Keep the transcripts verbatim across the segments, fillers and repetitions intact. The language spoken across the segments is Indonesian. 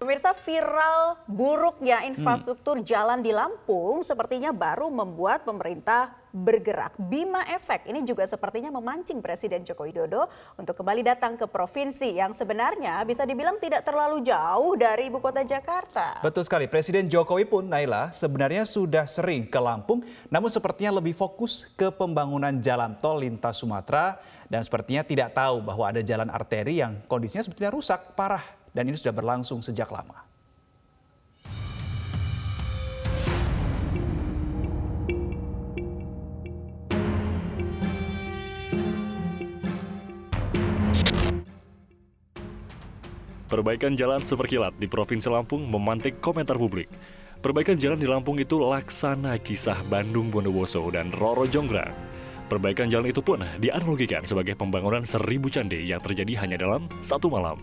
Pemirsa, viral buruknya infrastruktur hmm. jalan di Lampung sepertinya baru membuat pemerintah bergerak. Bima Efek ini juga sepertinya memancing Presiden Joko Widodo untuk kembali datang ke provinsi yang sebenarnya bisa dibilang tidak terlalu jauh dari ibu kota Jakarta. Betul sekali, Presiden Jokowi pun, Naila, sebenarnya sudah sering ke Lampung, namun sepertinya lebih fokus ke pembangunan jalan tol lintas Sumatera dan sepertinya tidak tahu bahwa ada jalan arteri yang kondisinya sebetulnya rusak parah. Dan ini sudah berlangsung sejak lama. Perbaikan jalan seperkilat di Provinsi Lampung memantik komentar publik. Perbaikan jalan di Lampung itu laksana kisah Bandung Bondowoso dan Roro Jonggrang. Perbaikan jalan itu pun dianalogikan sebagai pembangunan seribu candi yang terjadi hanya dalam satu malam.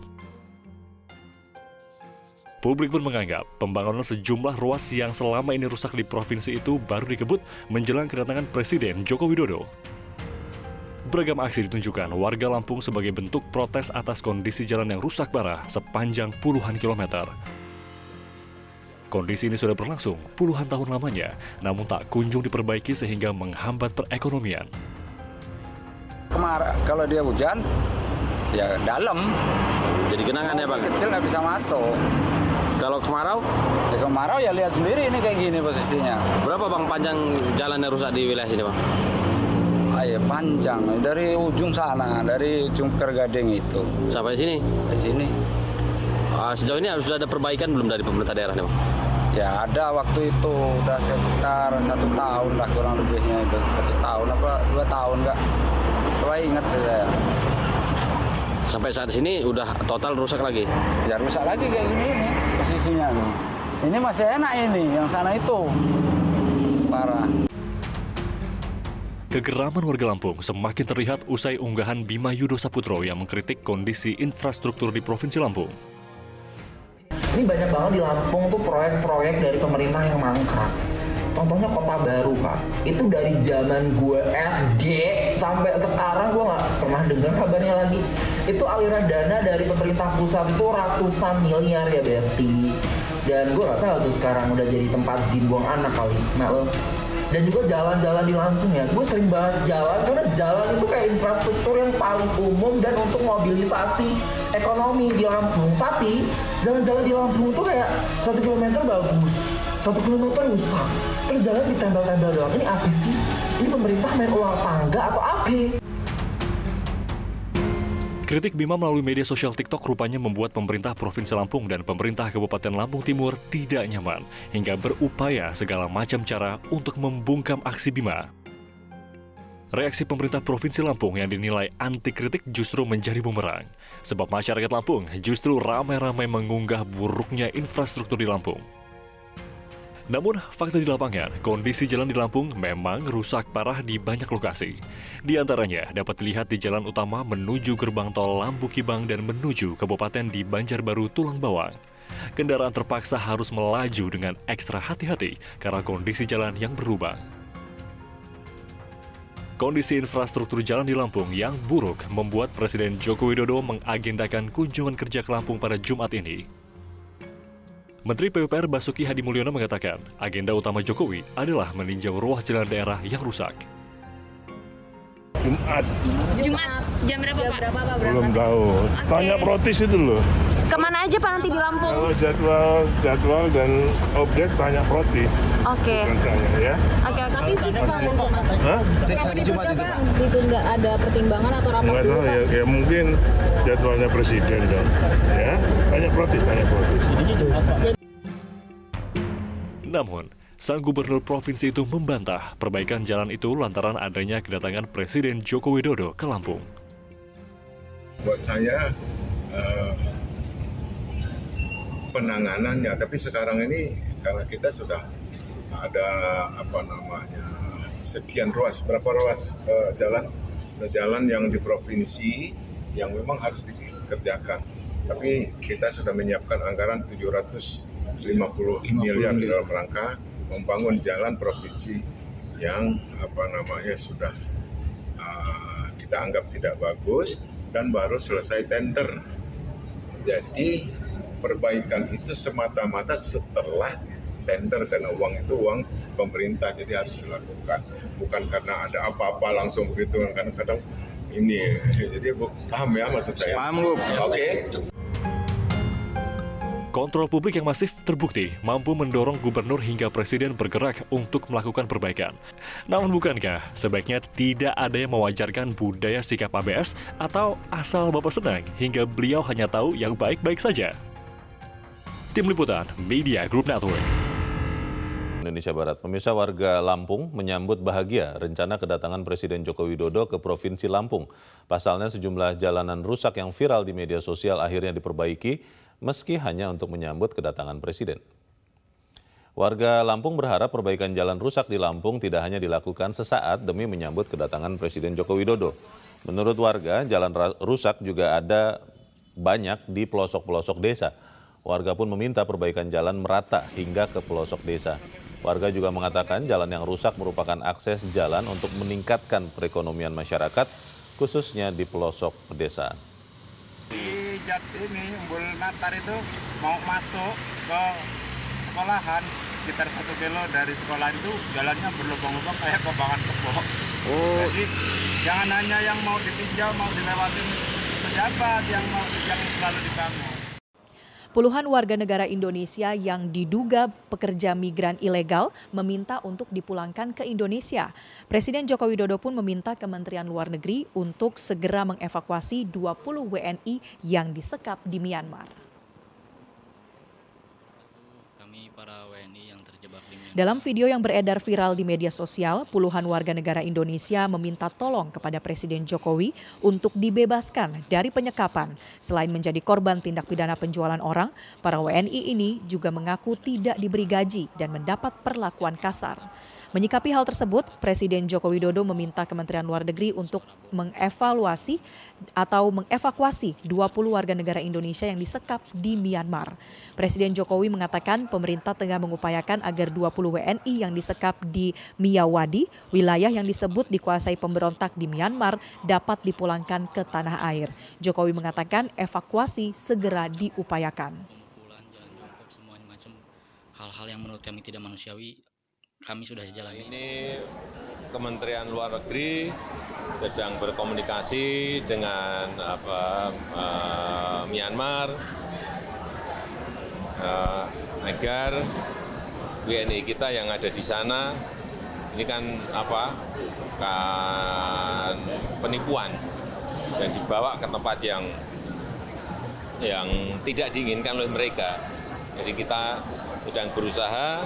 Publik pun menganggap pembangunan sejumlah ruas yang selama ini rusak di provinsi itu baru dikebut menjelang kedatangan Presiden Joko Widodo. Beragam aksi ditunjukkan warga Lampung sebagai bentuk protes atas kondisi jalan yang rusak parah sepanjang puluhan kilometer. Kondisi ini sudah berlangsung puluhan tahun lamanya, namun tak kunjung diperbaiki sehingga menghambat perekonomian. Kemarin kalau dia hujan, ya dalam. Jadi genangan ya Bang? Kecil nggak bisa masuk. Kalau kemarau? Ya kemarau ya lihat sendiri ini kayak gini posisinya. Berapa Bang panjang jalan yang rusak di wilayah sini Bang? Ah, ya panjang, dari ujung sana, dari ujung Kergading itu. Sampai sini? Di sini. Uh, sejauh ini sudah ada perbaikan belum dari pemerintah daerah nih Bang? Ya ada waktu itu, udah sekitar satu tahun lah kurang lebihnya itu. Satu tahun apa dua tahun nggak? Coba ingat saya. Sampai saat ini udah total rusak lagi? Ya rusak lagi kayak gini ini posisinya. Ini masih enak ini, yang sana itu parah. Kegeraman warga Lampung semakin terlihat usai unggahan Bima Yudo Saputro yang mengkritik kondisi infrastruktur di Provinsi Lampung. Ini banyak banget di Lampung tuh proyek-proyek dari pemerintah yang mangkrak. Contohnya Kota Baru, Kak. Itu dari zaman gue S D sampai sekarang gue nggak pernah dengar kabarnya lagi. Itu aliran dana dari pemerintah pusat itu ratusan miliar ya, Besti. Dan gue nggak tahu tuh sekarang udah jadi tempat jin buang anak kali, nah lo. Dan juga jalan-jalan di Lampung ya, gue sering bahas jalan karena jalan itu kayak infrastruktur yang paling umum dan untuk mobilisasi ekonomi di Lampung. Tapi jalan-jalan di Lampung tuh kayak satu kilometer bagus, satu kilometer rusak, terus jalan ditempel-tempel doang. Ini apa sih? Ini pemerintah main ulang tangga atau apa? Kritik Bima melalui media sosial TikTok rupanya membuat pemerintah Provinsi Lampung dan pemerintah Kabupaten Lampung Timur tidak nyaman hingga berupaya segala macam cara untuk membungkam aksi Bima. Reaksi pemerintah Provinsi Lampung yang dinilai anti kritik justru menjadi bumerang, sebab masyarakat Lampung justru ramai-ramai mengunggah buruknya infrastruktur di Lampung. Namun, fakta di lapangan, kondisi jalan di Lampung memang rusak parah di banyak lokasi. Di antaranya dapat dilihat di jalan utama menuju gerbang tol Lambukibang dan menuju Kabupaten di Banjarbaru Tulang Bawang. Kendaraan terpaksa harus melaju dengan ekstra hati-hati karena kondisi jalan yang berlubang. Kondisi infrastruktur jalan di Lampung yang buruk membuat Presiden Joko Widodo mengagendakan kunjungan kerja ke Lampung pada Jumat ini. Menteri P U P R Basuki Hadi Mulyono mengatakan, agenda utama Jokowi adalah meninjau ruas jalan daerah yang rusak. Jumat. Jumat. Jam berapa, Jam Pak? Berapa, Pak? Belum tahu. Okay. Tanya protis itu loh. Kemana aja Pak nanti di Lampung? Kalau jadwal, jadwal dan objek tanya protis. Oke. Bukan saya ya. Oke, okay, tapi fix Pak hari Jumat. Hah? Fix hari Jumat itu Pak. Itu nggak ada pertimbangan atau rapat dulu Pak? Ya, ya mungkin jadwalnya presiden dong. Ya, tanya protis, tanya protis. Namun, sang gubernur provinsi itu membantah perbaikan jalan itu lantaran adanya kedatangan Presiden Joko Widodo ke Lampung. Buat saya, uh, penanganannya, tapi sekarang ini karena kita sudah ada apa namanya sekian ruas, berapa ruas uh, jalan, jalan yang di provinsi yang memang harus dikerjakan. Tapi kita sudah menyiapkan anggaran tujuh ratus lima puluh miliar dalam rangka membangun jalan provinsi yang apa namanya sudah uh, kita anggap tidak bagus dan baru selesai tender. Jadi perbaikan itu semata-mata setelah tender, karena uang itu uang pemerintah, jadi harus dilakukan. Bukan karena ada apa-apa langsung begitu, kadang-kadang ini. Jadi paham ya maksud saya? Paham, Bu. Oke. Okay. Kontrol publik yang masif terbukti mampu mendorong gubernur hingga presiden bergerak untuk melakukan perbaikan. Namun bukankah sebaiknya tidak ada yang mewajarkan budaya sikap A B S atau asal Bapak senang hingga beliau hanya tahu yang baik-baik saja? Tim Liputan Media Group Network. Indonesia Barat. Pemirsa, warga Lampung menyambut bahagia rencana kedatangan Presiden Joko Widodo ke Provinsi Lampung. Pasalnya sejumlah jalanan rusak yang viral di media sosial akhirnya diperbaiki meski hanya untuk menyambut kedatangan Presiden. Warga Lampung berharap perbaikan jalan rusak di Lampung tidak hanya dilakukan sesaat demi menyambut kedatangan Presiden Joko Widodo. Menurut warga, jalan rusak juga ada banyak di pelosok-pelosok desa. Warga pun meminta perbaikan jalan merata hingga ke pelosok desa. Warga juga mengatakan jalan yang rusak merupakan akses jalan untuk meningkatkan perekonomian masyarakat, khususnya di pelosok pedesaan. Di jat ini, Umbul Natar itu mau masuk ke sekolahan, sekitar satu kilo dari sekolah itu jalannya berlubang-lubang kayak kobangan kebo. Oh. Jadi jangan hanya yang mau ditinjau, mau dilewatin pejabat yang mau yang selalu dibangun. Puluhan warga negara Indonesia yang diduga pekerja migran ilegal meminta untuk dipulangkan ke Indonesia. Presiden Joko Widodo pun meminta Kementerian Luar Negeri untuk segera mengevakuasi dua puluh W N I yang disekap di Myanmar. Kami para W N I yang terjebak di Myanmar. Dalam video yang beredar viral di media sosial, puluhan warga negara Indonesia meminta tolong kepada Presiden Jokowi untuk dibebaskan dari penyekapan. Selain menjadi korban tindak pidana penjualan orang, para W N I ini juga mengaku tidak diberi gaji dan mendapat perlakuan kasar. Menyikapi hal tersebut, Presiden Joko Widodo meminta Kementerian Luar Negeri untuk mengevaluasi atau mengevakuasi dua puluh warga negara Indonesia yang disekap di Myanmar. Presiden Jokowi mengatakan pemerintah tengah mengupayakan agar dua puluh W N I yang disekap di Miyawadi, wilayah yang disebut dikuasai pemberontak di Myanmar, dapat dipulangkan ke tanah air. Jokowi mengatakan evakuasi segera diupayakan. Hal-hal yang menurut kami tidak manusiawi, kami sudah jalani. Ini Kementerian Luar Negeri sedang berkomunikasi dengan apa, uh, Myanmar uh, agar W N I kita yang ada di sana, ini kan apa kan penipuan dan dibawa ke tempat yang yang tidak diinginkan oleh mereka. Jadi kita sedang berusaha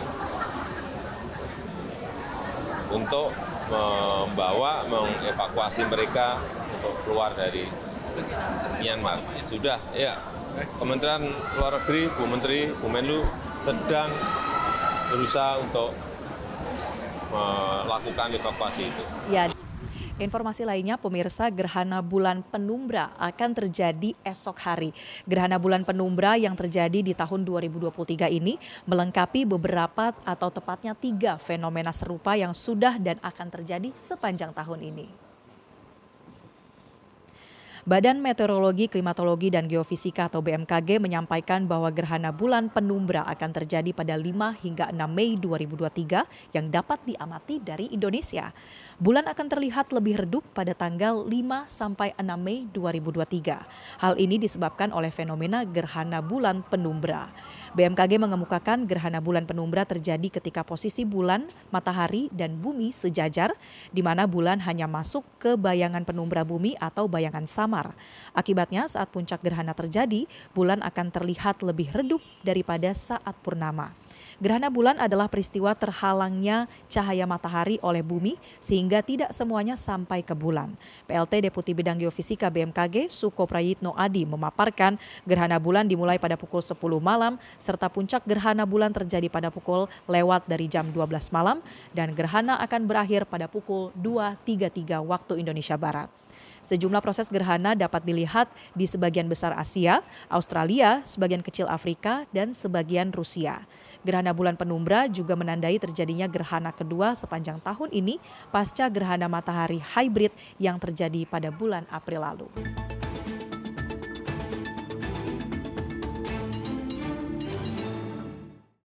untuk membawa, mengevakuasi mereka untuk keluar dari Myanmar. Sudah, ya. Kementerian Luar Negeri, Bu Menteri, Bu Menlu sedang berusaha untuk melakukan evakuasi itu. Ya. Informasi lainnya, pemirsa, gerhana bulan penumbra akan terjadi esok hari. Gerhana bulan penumbra yang terjadi di tahun dua ribu dua puluh tiga ini melengkapi beberapa atau tepatnya tiga fenomena serupa yang sudah dan akan terjadi sepanjang tahun ini. Badan Meteorologi, Klimatologi, dan Geofisika atau B M K G menyampaikan bahwa gerhana bulan penumbra akan terjadi pada lima hingga enam Mei dua ribu dua puluh tiga yang dapat diamati dari Indonesia. Bulan akan terlihat lebih redup pada tanggal lima sampai enam Mei dua ribu dua puluh tiga. Hal ini disebabkan oleh fenomena gerhana bulan penumbra. B M K G mengemukakan gerhana bulan penumbra terjadi ketika posisi bulan, matahari, dan bumi sejajar, di mana bulan hanya masuk ke bayangan penumbra bumi atau bayangan samar. Akibatnya saat puncak gerhana terjadi, bulan akan terlihat lebih redup daripada saat purnama. Gerhana bulan adalah peristiwa terhalangnya cahaya matahari oleh bumi sehingga tidak semuanya sampai ke bulan. P L T Deputi Bidang Geofisika B M K G, Suko Prayitno Adi, memaparkan gerhana bulan dimulai pada pukul sepuluh malam serta puncak gerhana bulan terjadi pada pukul lewat dari jam dua belas malam dan gerhana akan berakhir pada pukul dua tiga puluh tiga waktu Indonesia Barat. Sejumlah proses gerhana dapat dilihat di sebagian besar Asia, Australia, sebagian kecil Afrika, dan sebagian Rusia. Gerhana bulan penumbra juga menandai terjadinya gerhana kedua sepanjang tahun ini pasca gerhana matahari hybrid yang terjadi pada bulan April lalu.